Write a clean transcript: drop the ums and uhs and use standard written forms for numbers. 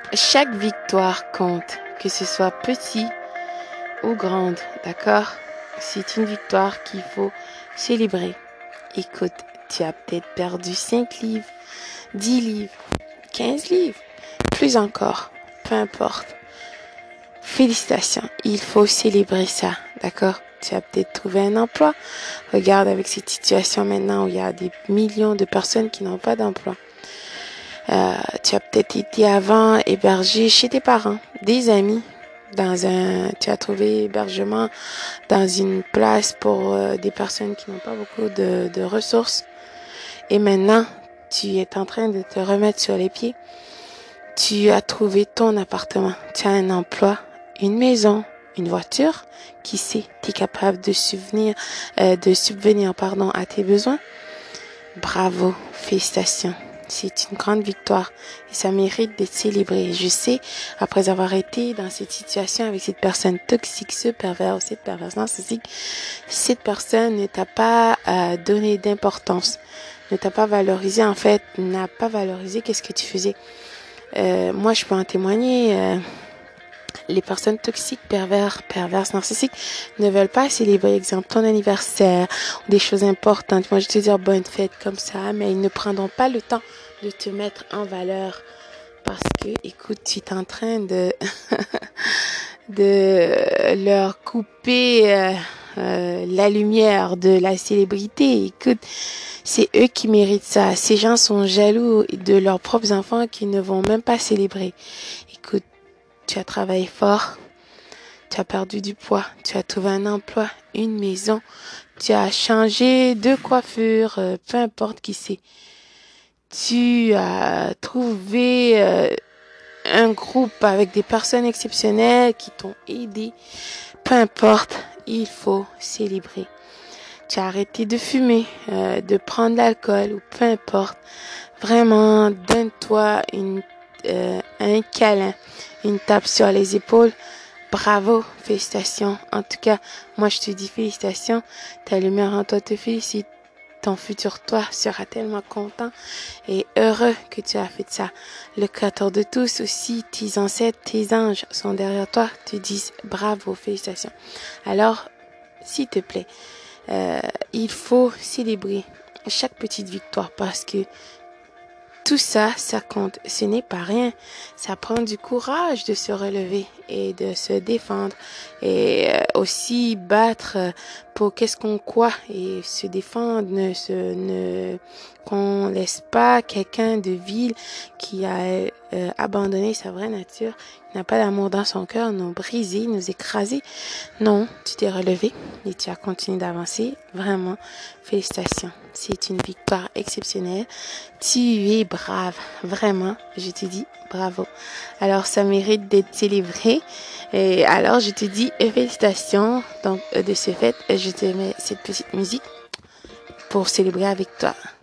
Chaque victoire compte, que ce soit petit ou grande, d'accord? C'est une victoire qu'il faut célébrer. Écoute, tu as peut-être perdu 5 livres, 10 livres, 15 livres, plus encore, peu importe. Félicitations, il faut célébrer ça, d'accord? Tu as peut-être trouvé un emploi. Regarde avec cette situation maintenant où il y a des millions de personnes qui n'ont pas d'emploi. Tu as peut-être été avant hébergé chez tes parents, des amis, tu as trouvé hébergement dans une place pour des personnes qui n'ont pas beaucoup de ressources. Et maintenant, tu es en train de te remettre sur les pieds. Tu as trouvé ton appartement, tu as un emploi, une maison, une voiture. Qui sait, tu es capable de subvenir, à tes besoins. Bravo, félicitations. C'est une grande victoire et ça mérite d'être célébré. Je sais, après avoir été dans cette situation avec cette personne toxique, ce pervers ou cette perverse narcissique, cette personne ne t'a pas donné d'importance, ne t'a pas valorisé, en fait, n'a pas valorisé qu'est-ce que tu faisais. Moi, je peux en témoigner. Les personnes toxiques, perverses, narcissiques ne veulent pas célébrer, exemple, ton anniversaire ou des choses importantes. Moi, je te dis bonne fête comme ça, mais ils ne prendront pas le temps de te mettre en valeur parce que, écoute, tu es en train de de leur couper la lumière de la célébrité. Écoute, c'est eux qui méritent ça. Ces gens sont jaloux de leurs propres enfants qui ne vont même pas célébrer. Écoute, tu as travaillé fort, tu as perdu du poids, tu as trouvé un emploi, une maison, tu as changé de coiffure, peu importe qui c'est. Tu as trouvé un groupe avec des personnes exceptionnelles qui t'ont aidé. Peu importe, il faut célébrer. Tu as arrêté de fumer, de prendre l'alcool ou peu importe. Vraiment, donne-toi un câlin, une tape sur les épaules. Bravo, félicitations. En tout cas, moi je te dis félicitations. Ta lumière en toi te félicite. Ton futur toi sera tellement content et heureux que tu as fait ça. Le Créateur de tous aussi, tes ancêtres, tes anges sont derrière toi, te disent bravo, félicitations. Alors, s'il te plaît, il faut célébrer chaque petite victoire parce que tout ça, ça compte. Ce n'est pas rien. Ça prend du courage de se relever et de se défendre et aussi battre pour qu'est-ce qu'on croit et se défendre. Qu'on laisse pas quelqu'un de vil qui a abandonné sa vraie nature, qui n'a pas d'amour dans son cœur, nous briser, nous écraser. Non, tu t'es relevé et tu as continué d'avancer. Vraiment, félicitations. C'est une victoire exceptionnelle. Tu es brave. Vraiment, je te dis bravo. Alors, ça mérite d'être célébré. Et alors, je te dis félicitations. Donc, de ce fait, je te mets cette petite musique pour célébrer avec toi.